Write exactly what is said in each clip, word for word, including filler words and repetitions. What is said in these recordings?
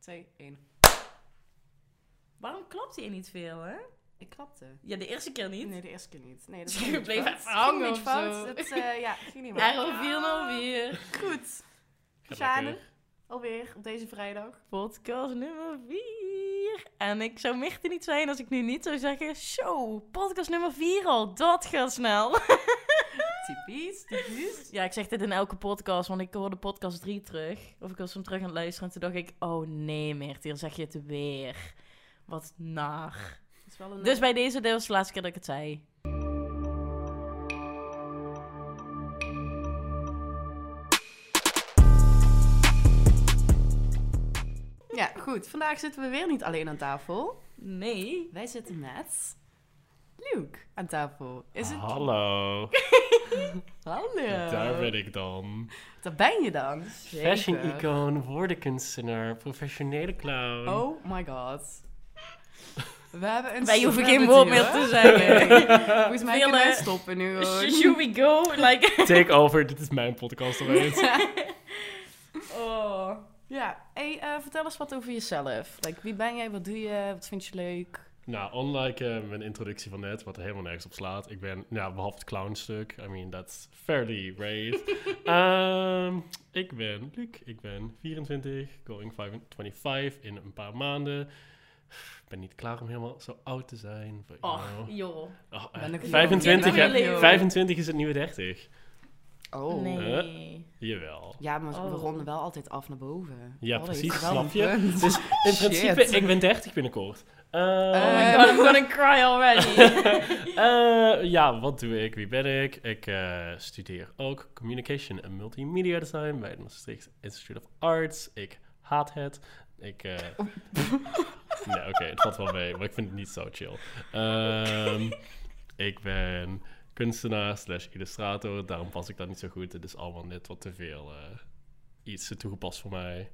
twee, één. Waarom klapt hij niet veel, hè? Ik klapte. Ja, de eerste keer niet. Nee, de eerste keer niet. Nee, dat Dus ging je niet bleef fout. even hangen Ging of niet fout. zo. Het, uh, ja, ging niet Ja, meer. al viel nou weer. Goed. Gaat Sjane, lekker. alweer op deze vrijdag. Podcast nummer vier. En ik zou Michte niet zijn als ik nu niet zou zeggen... Zo, podcast nummer vier al. Dat gaat snel. Typisch, typisch. Ja, ik zeg dit in elke podcast, want ik hoorde podcast drie terug. Of ik was hem terug aan het luisteren en toen dacht ik... Oh nee, Michte, hier zeg je het weer. Wat naar. Het is wel een, Dus bij deze, dit was de laatste keer dat ik het zei. Ja, goed. Vandaag zitten we weer niet alleen aan tafel. Nee. Wij zitten met Luke aan tafel. Is het... Hallo, Hallo. daar ben ik dan. Daar ben je dan. Fashion Zeker. icoon, woordenkunstenaar, professionele clown. Oh my god. We hebben een Wij hoeven celebrity, geen woord meer hoor. te zeggen. Nee. Volgens mij Veel, kunnen we eh, stoppen nu gewoon. Should we go? Like... Take over, dit is mijn podcast alweer. Oh. Ja, hey, eh, vertel eens wat over jezelf. Like, wie ben jij, wat doe je, wat vind je leuk? Nou, unlike uh, mijn introductie van net, wat er helemaal nergens op slaat. Ik ben, ja, behalve het clownstuk. I mean, that's fairly raised. um, ik ben Luc, ik ben vierentwintig, going vijfentwintig in een paar maanden. Ik ben niet klaar om helemaal zo oud te zijn. But, you Och, know. joh. Oh, eh, Ben ik vijfentwintig, jong. hè? Jong. vijfentwintig is het nieuwe dertig. Oh. Nee. Jawel. Ja, maar we Oh. ronden wel altijd af naar boven. Ja, Oh, dat precies, is wel snap een je? punt. Dus in principe, Shit. ik ben dertig binnenkort. Uh, Oh my Eh, god, I'm gonna cry already. Uh, ja, wat doe ik? Wie ben ik? Ik uh, studeer ook Communication en Multimedia Design bij het Maastricht Institute of Arts. Ik haat het. Ik... Uh... nee, oké, okay, het valt wel mee, maar ik vind het niet zo chill. Um, ik ben kunstenaar slash illustrator, daarom pas ik dat niet zo goed. Het is allemaal net wat te veel uh, iets te toegepast voor mij.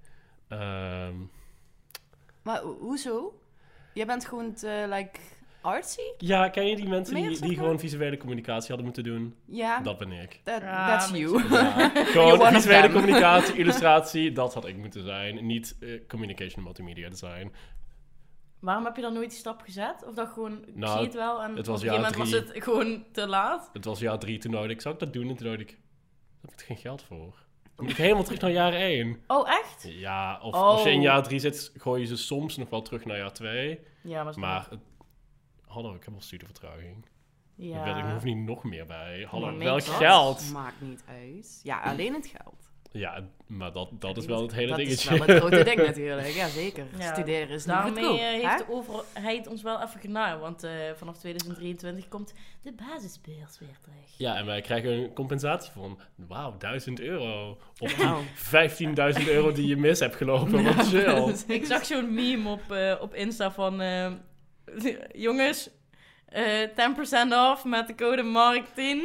Um, Maar ho- hoezo? Jij bent gewoon te, like, artsy? ja, ken je die mensen Meer, die, zeg die maar? gewoon visuele communicatie hadden moeten doen? Ja, Dat ben ik. that, Ja, that's met you. Ja, You're gewoon one of visuele them. communicatie, illustratie, dat had ik moeten zijn. Niet uh, communication multimedia design. Waarom heb je dan nooit die stap gezet? Of dat gewoon, ik Nou, zie het wel en het was op een gegeven jaar moment was drie. het gewoon te laat? Het was jaar drie, toen dacht ik, zou ik dat doen? En toen dacht ik, daar heb ik geen geld voor. Dan moet ik helemaal terug naar jaar één. Oh, echt? Ja, of Oh. als je in jaar drie zit, gooi je ze soms nog wel terug naar jaar twee. Ja, maar... Maar, het, hallo, ik heb al studievertraging. Ja. Ik, wil, ik hoef niet nog meer bij. Hallo, Maar welk meent dat? geld? Maakt niet uit. Ja, alleen het geld. Ja, maar dat, dat is wel het hele dat dingetje. Dat is wel het grote ding natuurlijk. Ja, zeker. Ja. Studeren is niet Daarmee goedkoop. eh, hè? heeft de overheid ons wel even genaaid, want uh, vanaf tweeduizend drieëntwintig komt de basisbeurs weer terug. Ja, en wij krijgen een compensatie van, wauw, duizend euro. Of die Wauw. vijftienduizend euro die je mis hebt gelopen. Wat chill. Ik zag zo'n meme op, uh, op Insta van... Uh, jongens, uh, tien procent off met de code Mark tien.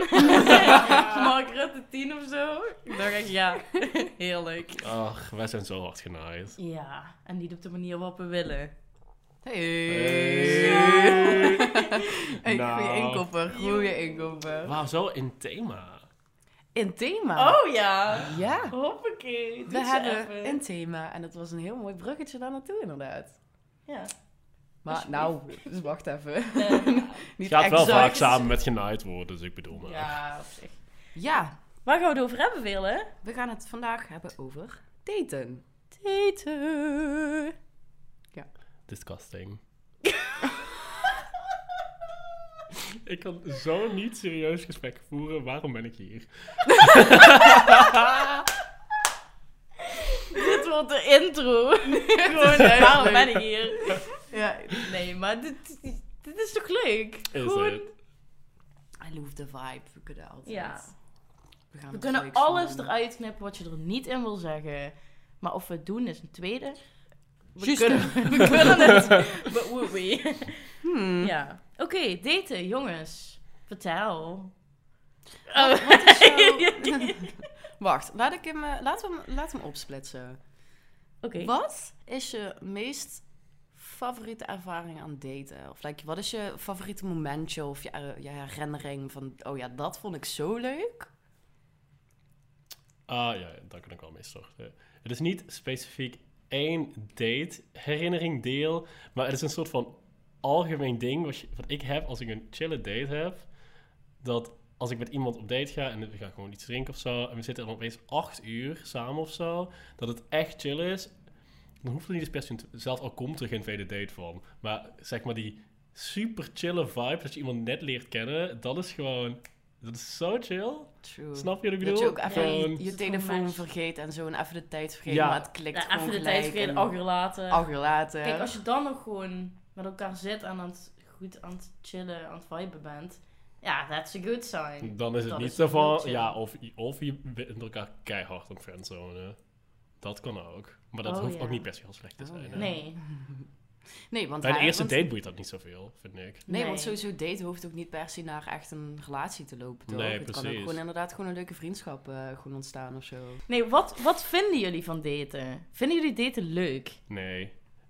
Mark Rutte tien of zo. Ik dacht echt, ja, heerlijk. Ach, wij zijn zo hard genaaid. Ja, en niet op de manier waarop we willen. Hey. Hey. Hey, Nou. goeie inkopper, goeie inkopper. Wauw, zo in thema. In thema. Oh ja, Ja. hoppakee. Doe We ze hebben even. een thema en dat was een heel mooi bruggetje daar naartoe inderdaad. Ja. Maar Alsjeblieft. nou, dus wacht even. Eh, Niet Gaat wel exact. vaak samen met genaaid worden, dus ik bedoel maar. ja, op zich. Ja, Waar gaan we het over hebben, veel, hè? we gaan het vandaag hebben over daten. Daten. Disgusting. Ik kan zo niet serieus gesprek voeren. Waarom ben ik hier? Dit wordt de intro. Gewoon, echt waarom leuk. ben ik hier? Ja, Nee, maar dit, dit is toch leuk? Is Gewoon, het? I love the vibe. We kunnen altijd. Ja. We, gaan we er kunnen leuks van alles doen. eruit knippen wat je er niet in wil zeggen. Maar of we het doen is een tweede. We Juist. kunnen, we kunnen het. But would we? Hmm. Ja. Oké, daten, jongens. Vertel. Wat, wat is jouw... Wacht, laat ik hem, eh, laten we hem, laten we hem opsplitsen. Oké. Wat is je meest favoriete ervaring aan daten? Of like, wat is je favoriete momentje of je, eh, je herinnering van... Oh ja, dat vond ik zo leuk. Ah ja, daar kan ik wel mee starten. Het is niet specifiek één date herinnering deel. Maar het is een soort van algemeen ding wat, je, wat ik heb als ik een chille date heb. Dat als ik met iemand op date ga en we gaan gewoon iets drinken of zo. En we zitten er opeens acht uur samen of zo. Dat het echt chill is. Dan hoeft het niet eens per se, zelfs al komt er geen tweede date van. Maar zeg maar die super chille vibe, dat je iemand net leert kennen, dat is gewoon, dat is zo chill. True. Snap je wat ik bedoel? Dat je ook even Ja, je, je het telefoon matcht. vergeet en zo en even de tijd vergeet, Ja. maar het klikt Ja, gewoon even de gelijk. tijd vergeten, en acht uur later. acht uur later. Kijk, als je dan nog gewoon met elkaar zit en aan het, goed aan het chillen, aan het viben bent. Ja, that's a good sign. Dan is het Dat niet is zo van, heel chill. ja, of, of je bent elkaar keihard aan het friendzonen. Dat kan ook. Maar dat Oh, hoeft ja. ook niet per se heel slecht te Oh, zijn. ja. hè. Nee. Nee, want Bij een hij- eerste want- date boeit dat niet zoveel, vind ik. Nee, want Nee. sowieso date hoeft ook niet per se naar echt een relatie te lopen, toch? Nee, het kan ook precies. gewoon inderdaad gewoon een leuke vriendschap eh, gewoon ontstaan of zo. Nee, wat, wat vinden jullie van daten? Vinden jullie daten leuk? Nee.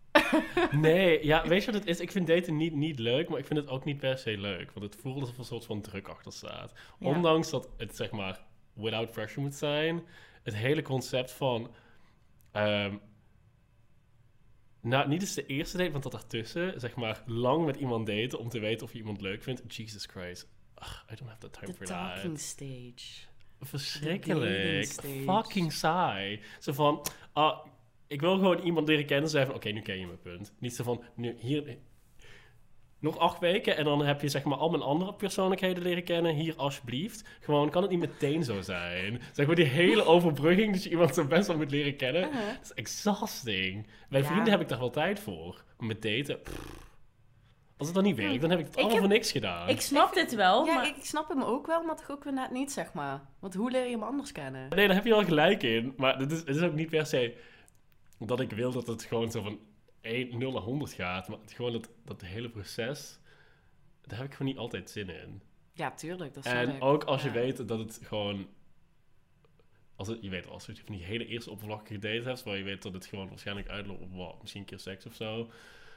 Nee, ja, weet je wat het is? Ik vind daten niet, niet leuk, maar ik vind het ook niet per se leuk. Want het voelt alsof er een soort van druk achter staat. Ja. Ondanks dat het, zeg maar, without pressure moet zijn. Het hele concept van... ehm, nou, niet eens de eerste date, want dat daartussen, zeg maar, lang met iemand daten om te weten of je iemand leuk vindt. Jesus Christ. Ugh, I don't have the time De for talking that. stage. Verschrikkelijk. dating stage. Fucking saai. Zo van, ah, ik wil gewoon iemand leren kennen. Zeggen van, oké, nu ken je mijn punt. Niet zo van, nu, hier, nog acht weken en dan heb je zeg maar al mijn andere persoonlijkheden leren kennen. Hier, alsjeblieft. Gewoon, kan het niet meteen zo zijn? Zeg maar die hele overbrugging dat je iemand zo best wel moet leren kennen. Uh-huh. Dat is exhausting. Bij Ja. vrienden heb ik daar wel tijd voor. Maar met daten, pff. Als het dan niet werkt, dan heb ik het Ik allemaal heb- voor niks gedaan. Ik snap dit wel, Ja, maar... ik snap hem ook wel, maar toch ook weer net niet, zeg maar. Want hoe leer je hem anders kennen? Nee, daar heb je wel gelijk in. Maar het is, het is ook niet per se dat ik wil dat het gewoon zo van één, nul naar honderd gaat. Maar het, gewoon dat, dat hele proces, daar heb ik gewoon niet altijd zin in. Ja, tuurlijk, dat snap En ik. ook als je Ja. weet dat het gewoon... Als het, je weet, als je van die hele eerste oppervlakkige date hebt, waar je weet dat het gewoon waarschijnlijk uitloopt op wat, misschien een keer seks of zo.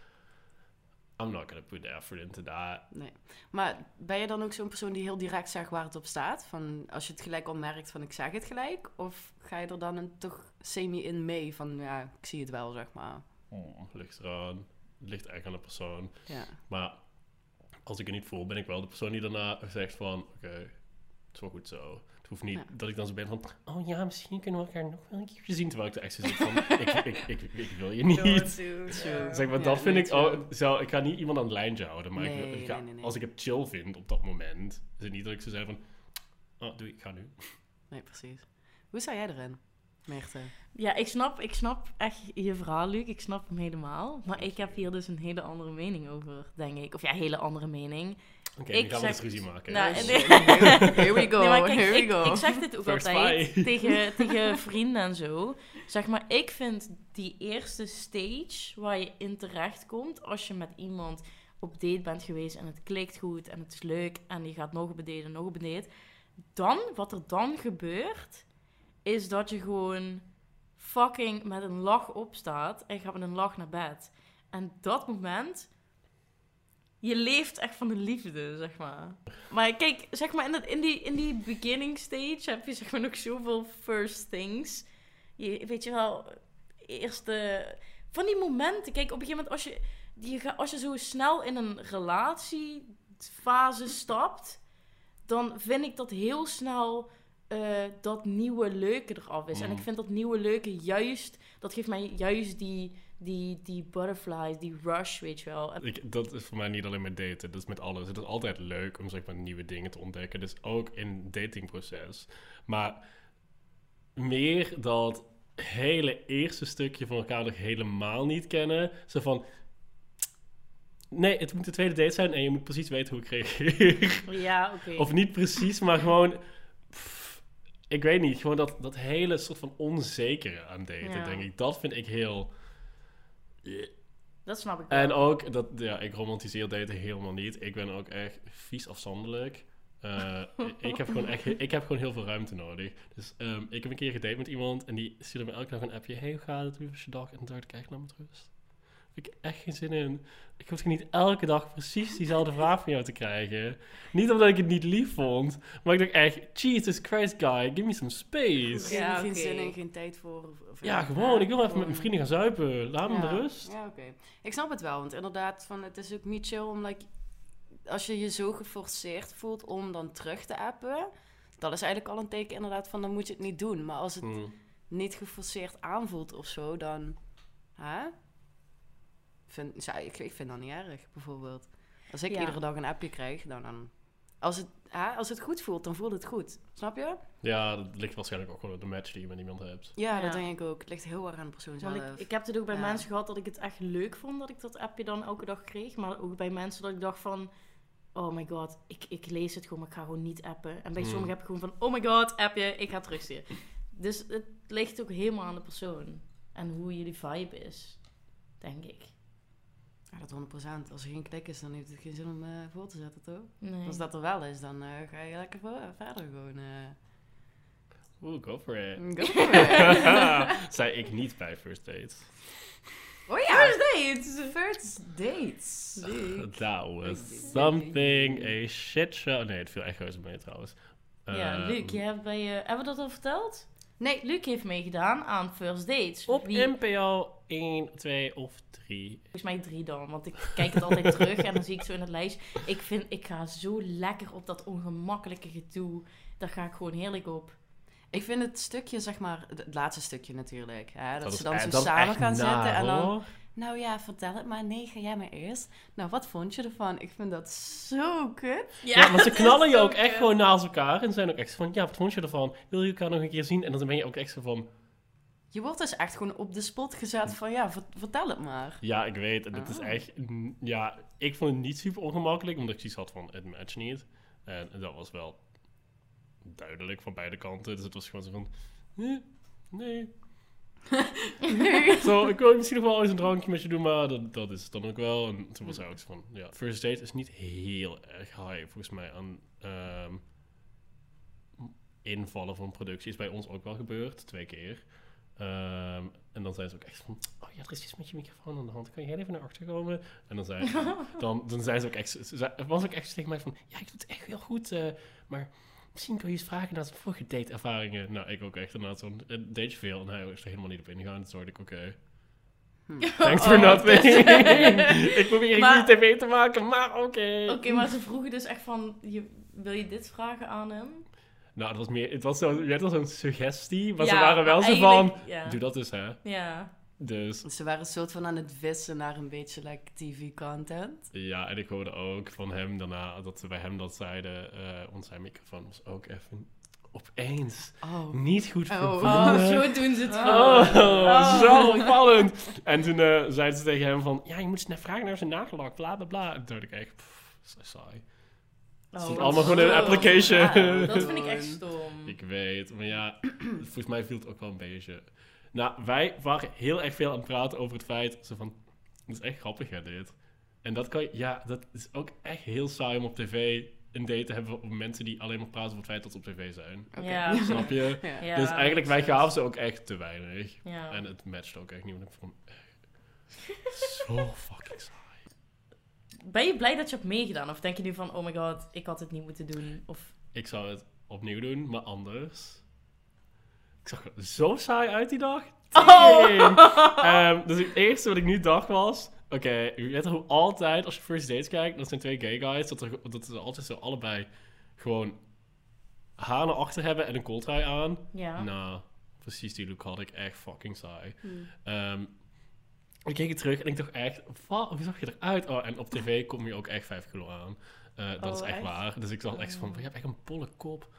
I'm not gonna put the effort into that. Nee. Maar ben je dan ook zo'n persoon die heel direct zegt waar het op staat? Van als je het gelijk al merkt van ik zeg het gelijk? Of ga je er dan een, toch semi in mee van ja, ik zie het wel, zeg maar. Hmm, ligt eraan. Het ligt echt aan de persoon. Ja. Maar als ik er niet voel, ben ik wel de persoon die daarna zegt van... Oké, het is wel goed zo. Het hoeft niet Ja. dat ik dan zo ben van... Oh ja, misschien kunnen we elkaar nog wel een keertje zien. Terwijl ik er echt zo zit van... ik, ik, ik, ik, ik wil je niet. True. Zeg maar, Ja, dat vind nee, ik true. ook... Zo, ik ga niet iemand aan het lijntje houden. Maar ik, wil- Nee, ik ga, nee, nee, nee. als ik het chill vind op dat moment... Is het niet dat ik zo zeg van... Oh, doei, ik ga nu. Nee, precies. Hoe sta jij erin, Meerte? Ja, ik snap, ik snap echt je verhaal, Luc. Ik snap hem helemaal. Maar ik heb hier dus een hele andere mening over, denk ik. Of ja, hele andere mening. Oké, Ik nu gaan we zeg- eens ruzie maken. Nou, Oh, nee. shit. Here we go, Nee, maar kijk, here we ik, go. ik zeg dit ook First altijd fight. tegen, tegen vrienden en zo. Zeg maar, ik vind die eerste stage waar je in terecht komt... als je met iemand op date bent geweest en het klikt goed en het is leuk... en je gaat nog op een date en nog op een date... dan, wat er dan gebeurt, is dat je gewoon fucking met een lach opstaat... en je gaat met een lach naar bed. En dat moment... Je leeft echt van de liefde, zeg maar. Maar kijk, zeg maar, in, dat, in, die, in die beginning stage heb je zeg maar nog zoveel first things. Je, weet je wel, eerste... Van die momenten. Kijk, op een gegeven moment, als je, je, ga- als je zo snel in een relatiefase stapt... dan vind ik dat heel snel eh, dat nieuwe leuke eraf is. En Mm. ik vind dat nieuwe leuke juist... Dat geeft mij juist die, die, die butterflies, die rush, weet je wel. En- Ik, dat is voor mij niet alleen met daten, dat is met alles. Het is altijd leuk om zeg maar nieuwe dingen te ontdekken. Dus ook in het datingproces. Maar meer dat hele eerste stukje van elkaar nog helemaal niet kennen. Zo van... Nee, het moet de tweede date zijn en je moet precies weten hoe ik reageer. Ja, oké. Of niet precies, maar gewoon... pff, ik weet niet, gewoon dat, dat hele soort van onzekere aan daten, Ja. denk ik. Dat vind ik heel... Dat snap ik wel. En ook, dat, ja, ik romantiseer daten helemaal niet. Ik ben ook echt vies afstandelijk. Eh, ik, heb gewoon echt, ik heb gewoon heel veel ruimte nodig. Dus ehm, ik heb een keer gedate met iemand en die stuurde me elke dag een appje. Hey, hoe gaat het? Hoe was je dag? En toen dacht ik echt, nou met rust. heb ik echt geen zin in. Ik hoef niet elke dag precies diezelfde vraag van jou te krijgen. Niet omdat ik het niet lief vond, maar ik dacht echt, Jesus Christ guy, give me some space. Ja, Ja, geen oké. zin in, geen tijd voor. Of, of Ja, gewoon. Ik wil even met gewoon- mijn vrienden gaan zuipen. Laat me ja. met rust. Ja, oké. Ik snap het wel, want inderdaad, van, het is ook niet chill om, like, als je je zo geforceerd voelt om dan terug te appen, dat is eigenlijk al een teken inderdaad van, dan moet je het niet doen. Maar als het Mm. niet geforceerd aanvoelt of zo, dan, hè? Vind, ja, ik, ik vind dat niet erg, bijvoorbeeld. Als ik Ja. iedere dag een appje krijg, dan, dan als, het, hè, als het goed voelt, dan voelt het goed. Snap je? Ja, dat ligt waarschijnlijk ook gewoon op de match die je met iemand hebt. Ja, Ja. dat denk ik ook. Het ligt heel erg aan de persoon zelf. Want ik, ik heb het ook bij Ja. mensen gehad dat ik het echt leuk vond dat ik dat appje dan elke dag kreeg. Maar ook bij mensen dat ik dacht van, oh my god, ik, ik lees het gewoon, maar ik ga gewoon niet appen. En bij Hmm. sommigen heb ik gewoon van, oh my god, appje, ik ga terugsturen. Dus het ligt ook helemaal aan de persoon. En hoe jullie vibe is, denk ik. Ja, dat honderd procent. Als er geen klik is, dan heeft het geen zin om uh, voor te zetten, toch? Nee. Als dat er wel is, dan uh, ga je lekker vo- verder gewoon. Uh, Oeh, go for it. go for it. Zei ik niet bij first dates. Oh ja! First dates! First dates! That was something, a shit show. Nee, het viel echt reuze mee trouwens. Ja, Uh, Luc, je hebt bij je... Hebben we dat al verteld? Nee. Luc heeft meegedaan aan First Dates. Op Wie- N P O één, twee of drie. Volgens mij drie dan, want ik kijk het altijd terug en dan zie ik zo in het lijst. Ik vind, ik ga zo lekker op dat ongemakkelijke gedoe. Daar ga ik gewoon heerlijk op. Ik vind het stukje, zeg maar, het laatste stukje natuurlijk. Hè, dat, is ze dan e- zo dat is samen echt gaan naar, zitten en dan... hoor. Nou ja, vertel het maar. Nee, ga jij maar eerst. Nou, wat vond je ervan? Ik vind dat zo kut. Ja, maar ze het is knallen je zo ook echt kut. gewoon naast elkaar. En zijn ook echt zo van, ja, wat vond je ervan? Wil je elkaar nog een keer zien? En dan ben je ook echt zo van, Je wordt dus echt gewoon op de spot gezet van, ja, ver- vertel het maar. ja, ik weet. En dit is Oh. echt, mm, ja, ik vond het niet super ongemakkelijk. Omdat ik zoiets had van, het match niet. En dat was wel duidelijk van beide kanten. Dus het was gewoon zo van, nee, nee. Zo, ik wil misschien nog wel eens een drankje met je doen, maar dat, dat is het dan ook wel. En toen was hij ook zo van, ja, first date is niet heel erg high, volgens mij, aan ehm, invallen van productie. Is bij ons ook wel gebeurd, twee keer. Ehm, en dan zijn ze ook echt van, oh ja, er is iets met je microfoon aan de hand, kan je heel even naar achter komen? En dan zijn, dan, dan zijn ze ook echt, ze, ze- was ook echt tegen mij van, ja, ik doe het echt heel goed, eh, maar... Misschien kun je eens vragen naar zijn vorige date-ervaringen. Nou, ik ook echt inderdaad zo'n uh, date veel. En hij is er helemaal niet op ingegaan. Dus hoorde ik, oké. Hm. Thanks Oh, for nothing. dus- ik probeer Maar- goede tv te maken, maar oké. Oké, maar ze vroegen dus echt van, je, wil je dit vragen aan hem? Nou, het was meer... Het was zo, je had al zo'n suggestie. Maar Ja, ze waren wel zo eigenlijk- van... Ja. Doe dat dus, hè. Ja. Dus... Ze waren een soort van aan het vissen naar een beetje like T V-content. Ja, en ik hoorde ook van hem daarna... Dat ze bij hem dat zeiden... Uh, want zijn microfoon was ook even... Opeens... Oh. Niet goed Oh. verbonden. Oh, zo doen ze het Oh. gewoon. Oh, zo opvallend. En toen uh, zeiden ze tegen hem van... Ja, je moet eens naar vragen naar zijn nagellak, bla bla bla. En toen dacht ik echt... Pff, zo saai. Het stond Oh, allemaal gewoon in een stom. application. Ja, dat vind ik echt stom. Ik weet, maar ja... Volgens mij viel het ook wel een beetje... Nou, wij waren heel erg veel aan het praten over het feit... Zo van... Het is echt grappig, hè, dit. En dat kan je... Ja, dat is ook echt heel saai om op tv... een date te hebben op mensen die alleen maar praten over het feit dat ze op tv zijn. Oké. Ja. Snap je? Ja. Ja, dus eigenlijk, wij precies. gaven ze ook echt te weinig. Ja. En het matcht ook echt niet, want ik vond hem echt zo fucking saai. Ben je blij dat je hebt meegedaan? Of denk je nu van, oh my god, ik had het niet moeten doen? Of... Ik zou het opnieuw doen, maar anders. Ik zag er zo saai uit die dag. Oh. Tering. Ehm, dus het eerste wat ik nu dacht was... Oké, okay, je weet hoe altijd, als je first dates kijkt... Dat zijn twee gay guys, dat, er, dat ze altijd zo allebei... gewoon haar naar achter hebben en een kooltrui aan. Ja. Nou, precies die look had ik echt fucking saai. Hmm. Ehm, ik keek het terug en ik dacht echt, wat, hoe zag je eruit? Oh, en op tv kom je ook echt vijf kilo aan. Uh, dat Oh, is echt, echt? waar. Dus ik zag echt van, Oh. je hebt echt een bolle kop.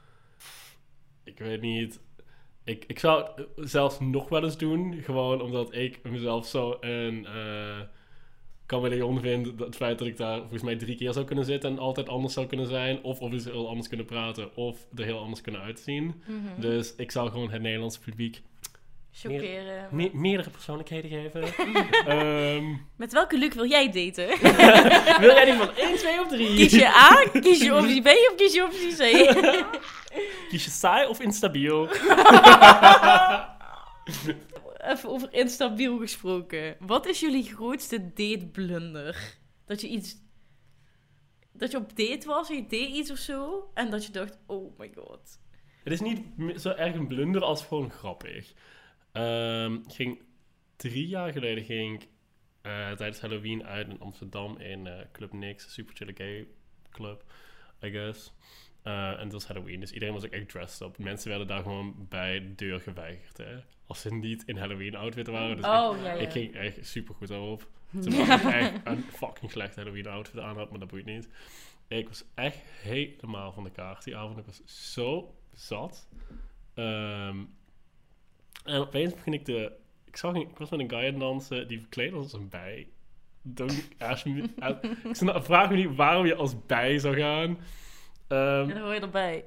Ik weet niet. Ik, ik zou het zelfs nog wel eens doen. Gewoon omdat ik mezelf zo een uh, chameleon vind. Het feit dat ik daar volgens mij drie keer zou kunnen zitten en altijd anders zou kunnen zijn. Of of heel anders kunnen praten. Of er heel anders kunnen uitzien. Mhm. Dus ik zou gewoon het Nederlandse publiek Chockeren. me- meerdere persoonlijkheden geven. Ehm, Met welke Luc wil jij daten? wil jij die van één, twee of drie? Kies je A, kies je optie B of kies je optie C? Kies je saai of instabiel? even over instabiel gesproken. Wat is jullie grootste dateblunder? Dat je iets... Dat je op date was en je deed iets of zo. En dat je dacht, oh my god. Het is niet zo erg een blunder als gewoon grappig. Um, ging drie jaar geleden ging ik uh, tijdens Halloween uit in Amsterdam in uh, Club Nix. Super chille gay club, I guess. Uh, en het was Halloween, dus iedereen was ook echt dressed up. Mensen werden daar gewoon bij de deur geweigerd, hè. Als ze niet in Halloween outfit waren. Dus oh, ik, ja, ja. ik ging echt super goed daarop. Terwijl ik echt een fucking slecht Halloween outfit aan had, maar dat boeit niet. Ik was echt helemaal van de kaart die avond. Ik was zo zat. Um, en opeens begin ik de... Ik, zag, ik was met een guy aan het dansen die verkleed was als een bij. Don't ask me, ik snap, vraag me niet waarom je als bij zou gaan. Um, en dan hoor je erbij.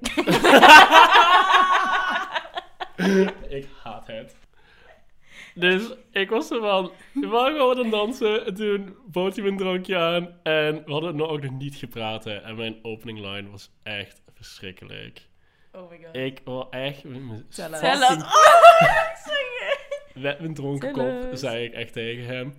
Ik haat het. Dus ik was er van... We waren gewoon aan het dansen. En toen bood hij me een drankje aan. En we hadden nog ook nog niet gepraat. Hè. En mijn opening line was echt verschrikkelijk. Oh my god. Ik was echt... Met mijn Tell us. fucking- Oh, met mijn dronken Tell kop us. zei ik echt tegen hem...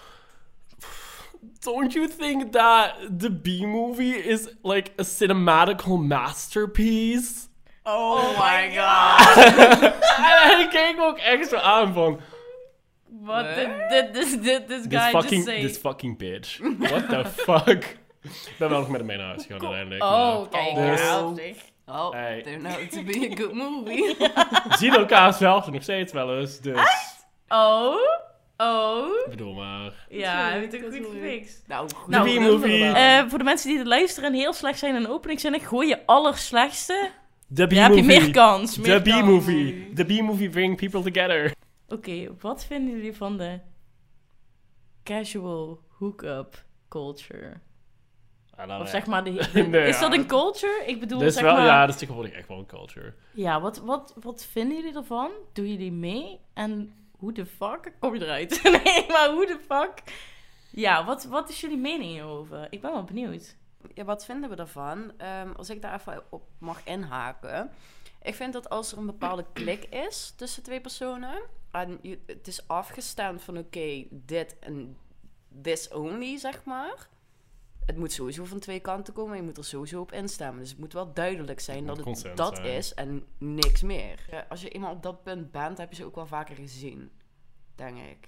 Don't you think that the B-movie is like a cinematical masterpiece? oh my god. En hij keek me ook echt zo aan van... What did, did this, did this This guy fucking, just say? this fucking bitch. What the fuck? Ik ben wel nog met hem mee naar huis gegaan uiteindelijk. Oh, maar- kijk. Dus- Ja, op zich. Oh, Hey. turned out to be a good movie. Zien elkaar zelf nog steeds wel eens, dus... Oh. Oh. Ik bedoel maar... Ja, Sorry, heb je het dat goed is wel gefixt. Nou, goed. Nou, de B-movie. Eh, voor de mensen die het luisteren en heel slecht zijn in openingszinnen, gooi je allerslechtste. De Dan heb je meer B-movie. kans. De meer kans. B-movie. De B-movie bring people together. Oké, wat vinden jullie van de casual hookup culture? I love Of it. zeg maar, de, de- Nee, is dat ja. een culture? Ik bedoel, Dat is zeg wel, maar... ja, dat is tegenwoordig echt wel een culture. Ja, wat, wat, wat vinden jullie ervan? Doen jullie mee? En hoe de fuck kom je eruit? Nee, maar hoe de fuck? Ja, wat, wat is jullie mening hierover? Ik ben wel benieuwd. Ja, wat vinden we ervan? Ehm, als ik daar even op mag inhaken. Ik vind dat als er een bepaalde klik is tussen twee personen... en je, het is afgestemd van oké, dit en this only, zeg maar... Het moet sowieso van twee kanten komen en je moet er sowieso op instemmen. Dus het moet wel duidelijk zijn Het dat moet het consent dat zijn. is en niks meer. Ja, als je eenmaal op dat punt bent, heb je ze ook wel vaker gezien. Denk ik.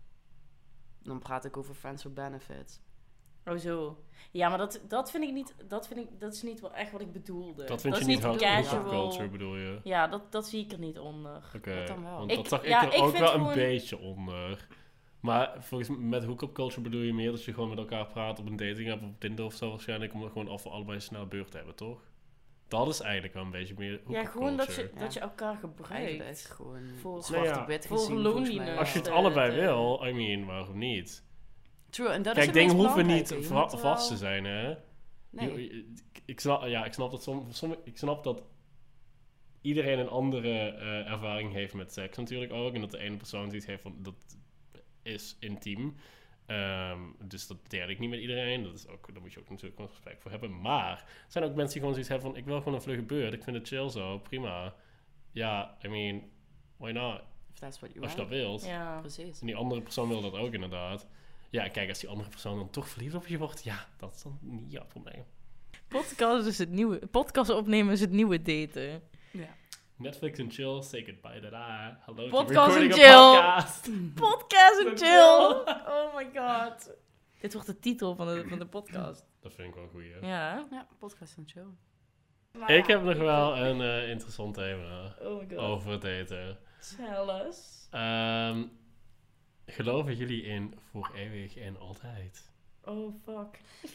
Dan praat ik over friends with benefits. Oh zo. Ja, maar dat, dat vind ik niet... Dat, vind ik, dat is niet wel echt wat ik bedoelde. Dat vind is je niet hookup casual. culture, bedoel je? Ja, dat, dat zie ik er niet onder. Oké, Wat dan wel? want Ik- dat zag ik ja, er ik ook vind wel een gewoon- beetje onder. Maar volgens mij met hookup culture bedoel je meer dat je gewoon met elkaar praat op een dating app of op Tinder of zo waarschijnlijk, om er gewoon af allebei een snelle beurt te hebben, toch? Dat is eigenlijk wel een beetje meer hookup Ja, gewoon dat je, culture. Ja. dat je elkaar Eigenlijk gebruikt. is gewoon Voor- zwart Nou ja, op wit voor gezien, volgens mij. loneliness. Als je het de- allebei de- wil, I mean, waarom niet? True, en dat Kijk, is het dingen meest hoeven niet belangrijke. Je va- moet wel- vast te zijn, hè? Nee. Je- je- ik, snap, ja, ik snap dat som, som, ik snap dat iedereen een andere eh, ervaring heeft met seks natuurlijk ook. En dat de ene persoon zoiets heeft van, dat is intiem. Ehm, dus dat deel ik niet met iedereen. Dat is ook, daar moet je ook natuurlijk wel respect voor hebben. Maar er zijn ook mensen die gewoon zoiets hebben van, ik wil gewoon een vlugge beurt. Ik vind het chill zo, prima. Ja, I mean, why not? If that's what you Als je want. dat wilt. Ja. Precies. En die andere persoon wil dat ook inderdaad. Ja, kijk, als die andere persoon dan toch verliefd op je wordt, ja, dat is dan niet jouw probleem. Podcast is het nieuwe... Podcast opnemen is het nieuwe daten. Netflix en chill, say goodbye to that. Hello, Podcast recording en a chill. podcast. Podcast en Chill. chill! Oh my god. Dit wordt de titel van de, van de podcast. Dat vind ik wel een goeie. Ja. Ja, podcast en chill. Ik heb nog wel een eh, interessant thema Oh my god. over het daten. Tell us. Ehm, geloven jullie in voor eeuwig en altijd? Oh fuck.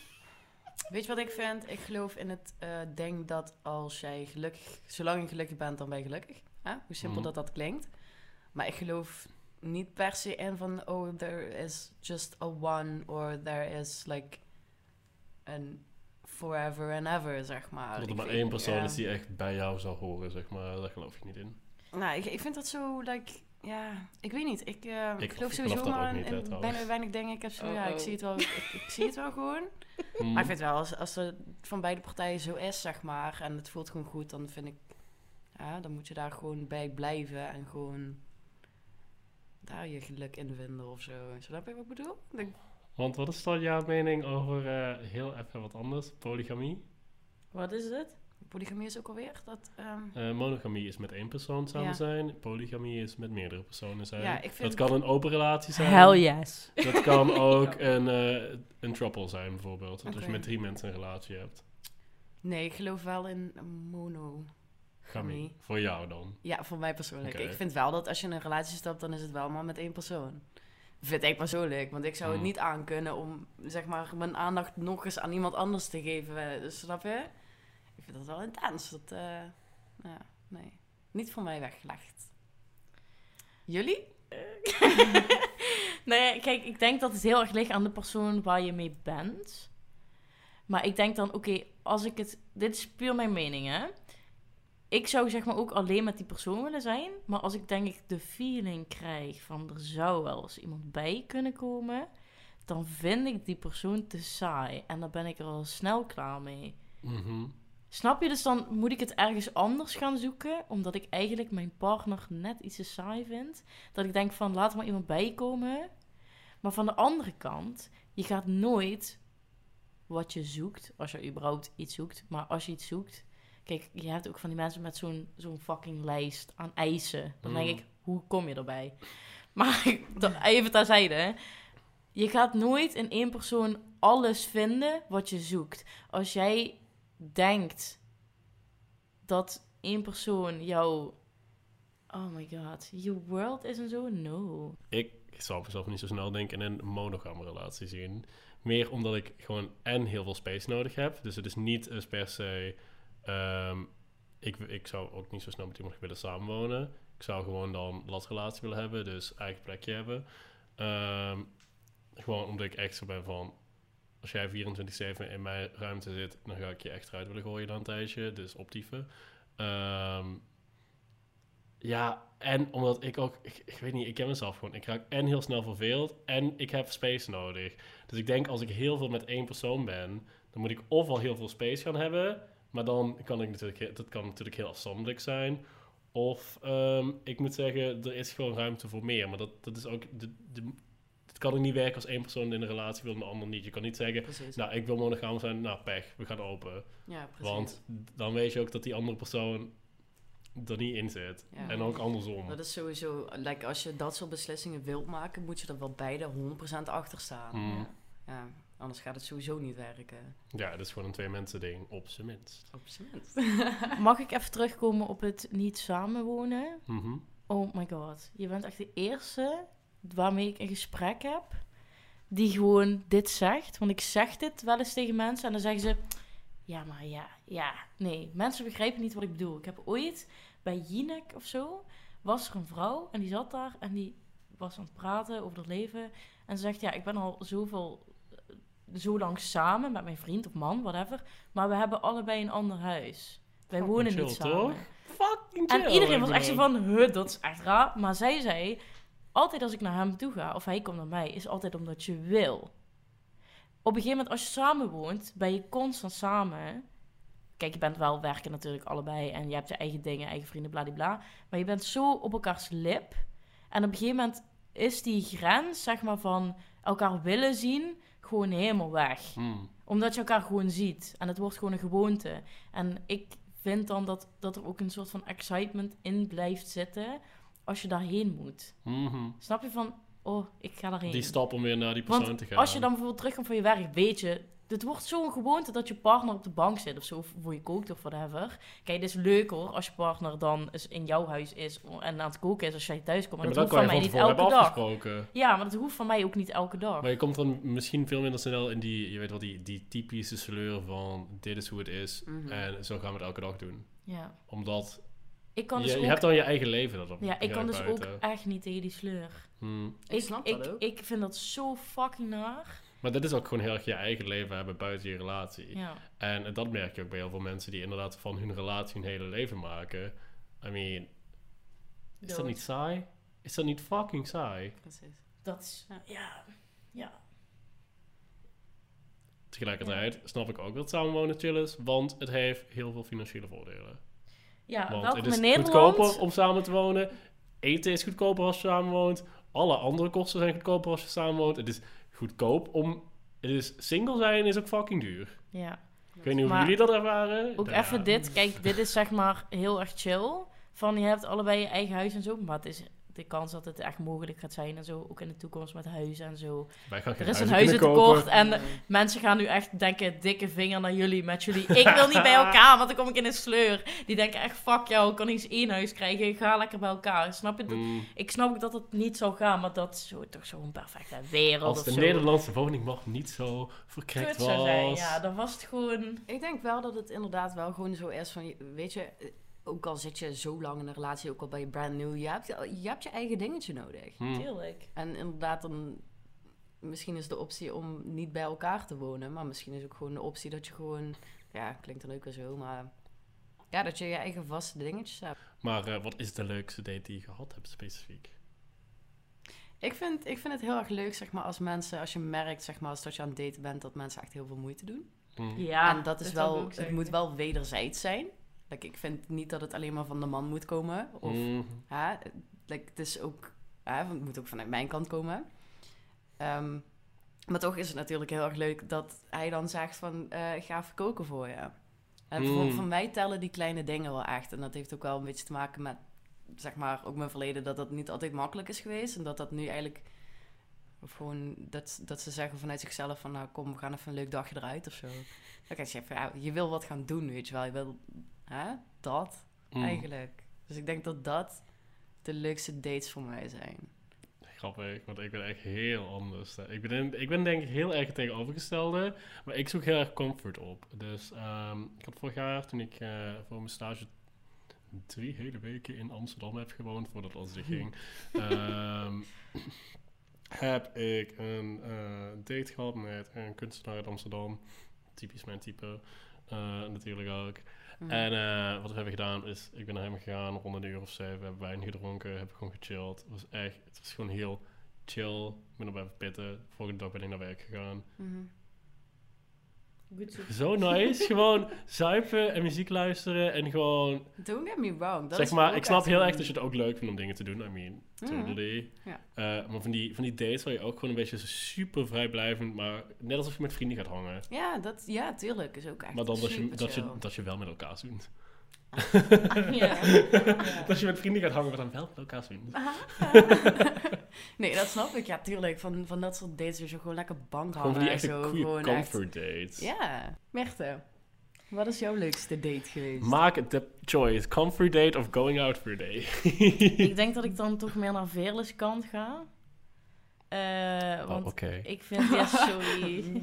Weet je wat ik vind? Ik geloof in het eh ding dat als jij gelukkig... Zolang je gelukkig bent, dan ben je gelukkig. Hè? Hoe simpel Mhm. dat dat klinkt. Maar ik geloof niet per se in van... Oh, there is just a one. Or there is like... Een forever and ever, zeg maar. Dat er Ik maar vind- één persoon ja. is die echt bij jou zal horen, zeg maar. Daar geloof ik niet in. Nou, ik, ik vind dat zo, like... Ja, ik weet niet. Ik, eh, Ik geloof geloof sowieso dat maar ook in, niet, hè, in trouwens. bijna weinig dingen. Ik heb zo, ja, Oh, ik oh. zie het wel, ik, ik zie het wel gewoon. Hmm. Maar ik vind wel, als, als het van beide partijen zo is, zeg maar, en het voelt gewoon goed, dan vind ik, ja, dan moet je daar gewoon bij blijven en gewoon, daar je geluk in vinden of zo. Snap je wat ik bedoel? Ik... Want wat is dan jouw mening over, uh, heel even wat anders, polygamie? Wat is het? Polygamie is ook alweer dat... Um... Uh, monogamie is met één persoon samen Ja. zijn. Polygamie is met meerdere personen zijn. Ja, ik vind... Dat kan een open relatie zijn. Hell yes. Dat kan ook een, uh, een throuple zijn bijvoorbeeld. Dat Oké. je met drie mensen een relatie hebt. Nee, ik geloof wel in mono... Gamie. Voor jou dan? Ja, voor mij persoonlijk. Oké. Ik vind wel dat als je in een relatie stapt, dan is het wel maar met één persoon. Vind ik persoonlijk. Want ik zou het Hmm. niet aankunnen om, zeg maar, mijn aandacht nog eens aan iemand anders te geven. Dus snap je? Ik vind dat wel intens. Dat, uh, ja, nee. Niet voor mij weggelegd. Jullie? Nee, kijk, ik denk dat het heel erg ligt aan de persoon waar je mee bent. Maar ik denk dan, oké, okay, als ik het... Dit is puur mijn mening, hè. Ik zou zeg maar ook alleen met die persoon willen zijn. Maar als ik denk ik de feeling krijg van er zou wel eens iemand bij kunnen komen, dan vind ik die persoon te saai. En dan ben ik er al snel klaar mee. Mm-hmm. Snap je? Dus dan moet ik het ergens anders gaan zoeken. Omdat ik eigenlijk mijn partner net iets te saai vind. Dat ik denk van laat er maar iemand bij komen. Maar van de andere kant, je gaat nooit wat je zoekt. Als je überhaupt iets zoekt. Maar als je iets zoekt. Kijk, je hebt ook van die mensen met zo'n, zo'n fucking lijst aan eisen. Dan Mm. denk ik, hoe kom je erbij? Maar even terzijde, hè. Je gaat nooit in één persoon alles vinden wat je zoekt. Als jij denkt dat één persoon jou... Oh my god, your world is en zo? No. Ik zou mezelf niet zo snel denken in een monogame relatie zien. Meer omdat ik gewoon en heel veel space nodig heb. Dus het is niet eens per se... Um, ik, ik zou ook niet zo snel met iemand willen samenwonen. Ik zou gewoon dan latrelatie willen hebben. Dus eigen plekje hebben. Um, gewoon omdat ik echt zo ben van... Als jij vierentwintig zeven in mijn ruimte zit... dan ga ik je echt eruit willen gooien dan een tijdje. Dus optieven. Um, ja, en omdat ik ook... Ik, ik weet niet, ik ken mezelf gewoon. Ik raak en heel snel verveeld... en ik heb space nodig. Dus ik denk als ik heel veel met één persoon ben... dan moet ik ofwel heel veel space gaan hebben... maar dan kan ik natuurlijk... Dat kan natuurlijk heel afzonderlijk zijn... Of um, ik moet zeggen, er is gewoon ruimte voor meer. Maar dat, dat is ook... De, de, het kan ook niet werken als één persoon in een relatie wil en de ander niet. Je kan niet zeggen, Precies. nou, ik wil monogaam zijn. Nou, pech, we gaan open. Ja, precies. Want dan weet je ook dat die andere persoon er niet in zit. Ja. En ook andersom. Dat is sowieso... Like, als je dat soort beslissingen wilt maken... moet je er wel beide honderd procent achter staan. Mm. Ja. Ja, anders gaat het sowieso niet werken. Ja, het is gewoon een twee mensen ding, op zijn minst. Op zijn minst. Mag ik even terugkomen op het niet samenwonen? Mm-hmm. Oh my god. Je bent echt de eerste waarmee ik een gesprek heb die gewoon dit zegt. Want ik zeg dit wel eens tegen mensen en dan zeggen ze... Ja, maar ja, ja. Nee, mensen begrijpen niet wat ik bedoel. Ik heb ooit bij Jinek of zo... was er een vrouw en die zat daar en die was aan het praten over het leven. En ze zegt, ja, ik ben al zoveel... zo lang samen met mijn vriend of man, whatever. Maar we hebben allebei een ander huis. Wij Fucking wonen chill, niet samen. toch? Fucking chill. En iedereen was ik echt zo bedoel. van, huh, dat is echt raar. Maar zij zei, altijd als ik naar hem toe ga, of hij komt naar mij, is altijd omdat je wil. Op een gegeven moment, als je samen woont, ben je constant samen. Kijk, je bent wel werken natuurlijk allebei en je hebt je eigen dingen, eigen vrienden, bladibla. Maar je bent zo op elkaars lip. En op een gegeven moment is die grens, zeg maar, van elkaar willen zien, gewoon helemaal weg. Hmm. Omdat je elkaar gewoon ziet. En het wordt gewoon een gewoonte. En ik vind dan dat, dat er ook een soort van excitement in blijft zitten als je daarheen moet. Mhm. Snap je van, oh, ik ga daarheen. Die stap om weer naar die persoon Want te gaan. als je dan bijvoorbeeld terugkomt van je werk, weet je... Het wordt zo'n gewoonte dat je partner op de bank zit of zo, of voor je kookt of whatever. Kijk, het is leuk hoor, als je partner dan eens in jouw huis is en aan het koken is als jij thuis komt. Maar Ja, dat maar hoeft dat van kan je mij van niet tevoren elke hebben dag. afgesproken. Ja, maar dat hoeft van mij ook niet elke dag. Maar je komt dan misschien veel minder snel in die, je weet wel, die, die typische sleur van dit is hoe het is Mhm. en zo gaan we het elke dag doen. Ja. Omdat Ik kan je, dus je ook... hebt dan je eigen leven dat op. Ja, ik ja, kan dus ook buiten. echt niet tegen die sleur. Hmm. Ik snap dat ik, ook. Ik vind dat zo fucking naar. Maar dat is ook gewoon heel erg je eigen leven hebben buiten je relatie. Ja. En, en dat merk je ook bij heel veel mensen die inderdaad van hun relatie hun hele leven maken. I mean, is dat Dood. niet saai? Is dat niet fucking saai? Precies. Dat is... Ja. Ja. Ja. Tegelijkertijd snap ik ook dat samenwonen chill is, want het heeft heel veel financiële voordelen. Ja, Want welkom het is in Nederland. goedkoper om samen te wonen. Eten is goedkoper als je samen woont. alle andere kosten zijn goedkoper als je samenwoont. Het is goedkoop om... Het is single zijn is ook fucking duur. Ja. Ik weet niet hoe Maar jullie dat ervaren. Ook Nou, even dit. Kijk, dit is zeg maar heel erg chill. Van je hebt allebei je eigen huis en zo. Maar het is de kans dat het echt mogelijk gaat zijn en zo. Ook in de toekomst met huizen en zo. Wij gaan geen Er is een huizen kunnen huizentekort. kopen. En mensen gaan nu echt denken, dikke vinger naar jullie. Met jullie, ik wil niet bij elkaar, want dan kom ik in een sleur. Die denken echt, fuck jou, ik kan niet eens één huis krijgen. Ga lekker bij elkaar. Snap je? Dat, Mm. ik snap ook dat het niet zou gaan. Maar dat is zo, toch zo'n perfecte wereld Als of de zo. Nederlandse woningmarkt niet zo verkrekt Kut was. zou zijn, ja. Dan was het gewoon... Ik denk wel dat het inderdaad wel gewoon zo is van, weet je, ook al zit je zo lang in een relatie, ook al ben je brand new, je hebt je, hebt je eigen dingetje nodig. Hm. Tuurlijk. En inderdaad, dan, misschien is de optie om niet bij elkaar te wonen, maar misschien is ook gewoon de optie dat je gewoon, ja, klinkt dan ook weer zo, maar ja, dat je je eigen vaste dingetjes hebt. Maar uh, wat is de leukste date die je gehad hebt specifiek? Ik vind, ik vind het heel erg leuk, zeg maar, als mensen, als je merkt, zeg maar, als dat je aan het daten bent, dat mensen echt heel veel moeite doen. Hm. Ja, en dat is zou ik wel, ook het zeggen. moet wel wederzijds zijn. Like, ik vind niet dat het alleen maar van de man moet komen. Of, Hm. hè, like, het is ook, hè, het moet ook vanuit mijn kant komen. Ehm, maar toch is het natuurlijk heel erg leuk dat hij dan zegt van, eh, ik ga even koken voor je. En Mm. voor, voor mij tellen die kleine dingen wel echt. En dat heeft ook wel een beetje te maken met, zeg maar, ook mijn verleden, dat dat niet altijd makkelijk is geweest. En dat dat nu eigenlijk, of gewoon, dat, dat ze zeggen vanuit zichzelf van, nou kom, we gaan even een leuk dagje eruit of zo. Dan kan je zeggen, ja, je wil wat gaan doen, weet je wel. Je wil, hè, dat Hm. eigenlijk. Dus ik denk dat dat de leukste dates voor mij zijn. Grappig, want ik ben echt heel anders. hè. Ik ben, ik ben denk ik heel erg het tegenovergestelde, maar ik zoek heel erg comfort op. Dus ehm, ik had vorig jaar, toen ik uh, voor mijn stage drie hele weken in Amsterdam heb gewoond, voordat alles dicht ging, um, heb ik een uh, date gehad met een kunstenaar uit Amsterdam. Typisch mijn type, uh, natuurlijk ook. Mm. En uh, wat we hebben gedaan is, ik ben naar hem gegaan, rond een uur of zeven, hebben wijn gedronken, hebben gewoon gechilled. Het was echt, het was gewoon heel chill. Ik ben op even pitten. De volgende dag ben ik naar werk gegaan. Mhm. Goed zo. Zo nice. Gewoon zuipen en muziek luisteren en gewoon... Don't get me wrong. Dat zeg is maar, ook ik snap echt heel een- erg dat je het ook leuk vindt om dingen te doen. I mean, Mhm. totally. Ja. Uh, maar van die, van die dates waar je ook gewoon een beetje zo super vrijblijvend, maar net alsof je met vrienden gaat hangen. Ja, dat, ja, tuurlijk. Is ook echt Maar dan dat je, super dat, je, chill. dat je wel met elkaar zoent. Ja. Dat je met vrienden gaat hangen, maar dan wel met elkaar zoent. Nee, dat snap ik. Ja, tuurlijk. Van, van dat soort dates, dus je gewoon lekker bank Gewoon hangen van die en echte zo. goede Gewoon comfort dates. echt. Ja. Merte, wat is jouw leukste date geweest? Maak de choice. Comfort date of going out for a day. Ik denk dat ik dan toch meer naar Veerles kant ga. Eh, Oh, want oké. ik vind... Ja, sorry.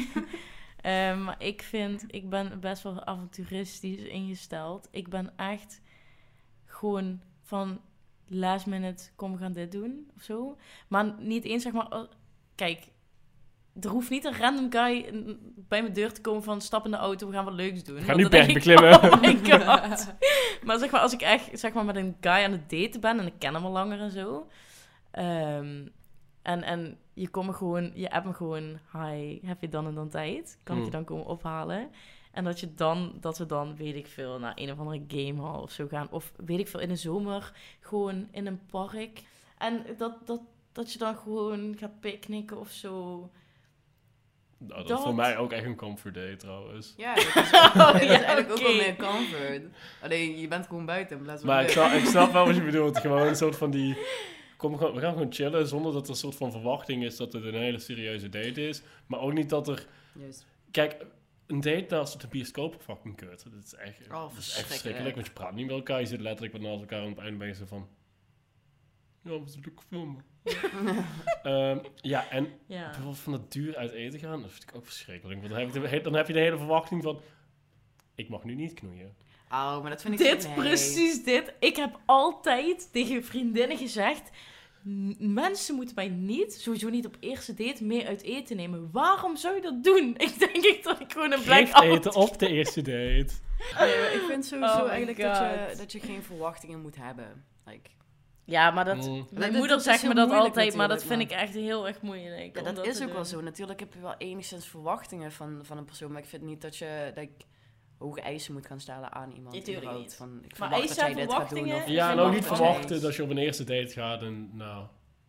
Eh, maar ik vind... Ik ben best wel avonturistisch ingesteld. Ik ben echt gewoon van... Last minute, kom, we gaan dit doen. Of zo. Maar niet eens, zeg maar... als- Kijk... Er hoeft niet een random guy bij mijn deur te komen van... Stap in de auto, we gaan wat leuks doen. Ga Want nu dan berg denk ik, beklimmen. Oh my god. Maar zeg maar, als ik echt zeg maar, met een guy aan het daten ben... en ik ken hem al langer en zo... ehm, en, en je komt me gewoon... Je appt me gewoon... Hi, heb je dan en dan tijd? Kan ik je Mm. dan komen ophalen? En dat, je dan, dat we dan, weet ik veel... naar een of andere gamehall of zo gaan. Of weet ik veel, in de zomer... gewoon in een park. En dat, dat, dat je dan gewoon gaat picknicken of zo... Nou, dat, Dat- is voor mij ook echt een comfort date trouwens. Ja, dat is, Oh, dat is ja, eigenlijk ook wel oké. meer comfort. Alleen, je bent gewoon buiten in plaats van Maar ik binnen. snap, ik snap wel wat je bedoelt. Gewoon een soort van die... Kom, gewoon- we gaan gewoon chillen zonder dat er een soort van verwachting is dat het een hele serieuze date is. Maar ook niet dat er... Juist. Kijk, een date naast de bioscoop fucking kut. Dat is echt, Oh, dat is echt verschrikkelijk. verschrikkelijk. Want je praat niet met elkaar. Je zit letterlijk wat naast elkaar en op het einde ben je zo van... Ja, we zullen ook filmen. Ehm, ja, en Ja. bijvoorbeeld van dat duur uit eten gaan, dat vind ik ook verschrikkelijk. Want dan heb, je de, he- dan heb je de hele verwachting van... Ik mag nu niet knoeien. Oh, maar dat vind ik Dit, zo... nee. precies dit. Ik heb altijd tegen vriendinnen gezegd... "M- Mensen moeten mij niet, sowieso niet op eerste date, mee uit eten nemen. Waarom zou je dat doen? Ik denk ik dat ik gewoon een Geef blackout... eten op de eerste date. Nee, maar ik vind sowieso Oh my eigenlijk dat je, God. dat je geen verwachtingen moet hebben. Like, Ja, maar dat... Mm. Mijn Dat- moeder dat is zegt heel me dat moeilijk altijd, maar dat natuurlijk, vind ik echt heel erg moeilijk. ja, om dat is te ook wel doen. zo. Natuurlijk heb je wel enigszins verwachtingen van, van een persoon, maar ik vind niet dat je like, hoge eisen moet gaan stellen aan iemand. Ja, tuurlijk überhaupt. niet. Van, ik Maar verwacht dat eisen jij en dit gaat doen. verwachtingen- Of Ik Ja, vind en ook dat niet wel verwachten eens. dat je op een eerste date gaat en nou,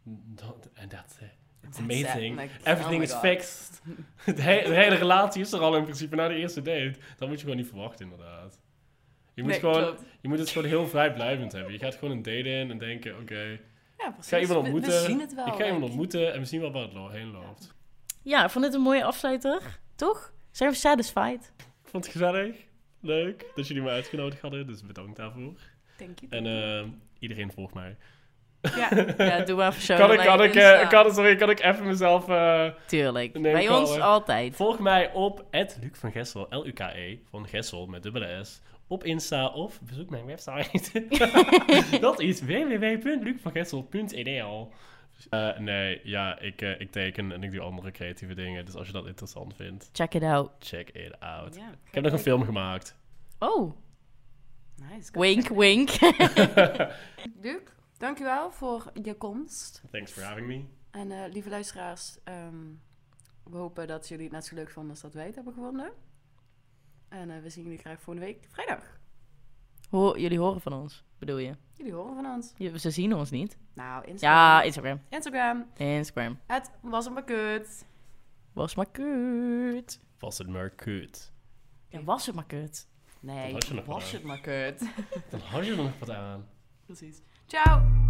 En that's it. It's That's amazing. it. Like, Everything oh is my God. fixed. de, he- de hele relatie is er al in principe na de eerste date. Dat moet je gewoon niet verwachten, inderdaad. Je moet, Nee, gewoon, klopt. je moet het gewoon heel vrijblijvend hebben. Je gaat gewoon een date in en denken, oké, okay, Ja, ik precies. ga iemand We- ontmoeten. We, zien het wel. ik ga iemand like. ontmoeten en we zien wel waar het lo- heen loopt. Ja, ik vond dit een mooie afsluiter. Toch? Zijn we satisfied? Ik vond het gezellig. Leuk dat jullie me uitgenodigd hadden, dus bedankt daarvoor. Thank you. En thank you. uh, iedereen volgt mij. Ja, Ja, doe maar even zo. Kan ik, naar kan, je ik, Insta. uh, kan, sorry, kan ik even mezelf... Uh, Tuurlijk. neem Bij ik ons al, uh, altijd. Volg mij op Luc van Gessel, L U K E, van Gessel met dubbele S, op Insta of bezoek mijn website. Dat is w w w punt luc van gessel punt n l. Uh, nee, ja, ik, uh, ik teken en ik doe andere creatieve dingen, dus als je dat interessant vindt, Check it out. check it out. Ja, Ik heb nog een film gemaakt. Oh, Nice. go wink, check it. wink. Luc, dankjewel voor je komst. Thanks for having me. En uh, lieve luisteraars, um, we hopen dat jullie het net zo leuk vonden als dat wij het hebben gevonden. En uh, we zien jullie graag volgende week vrijdag. Hoor, jullie horen van ons, bedoel je? Jullie horen van ons. Je- Ze zien ons niet. Nou, Instagram. Ja, Instagram. Instagram. Instagram. Het was het maar kut. Was maar kut. Was het maar kut. Ja, was het maar kut. Nee, had je nog was gedaan. het maar kut. Dan had je er nog wat aan. Precies. Ciao.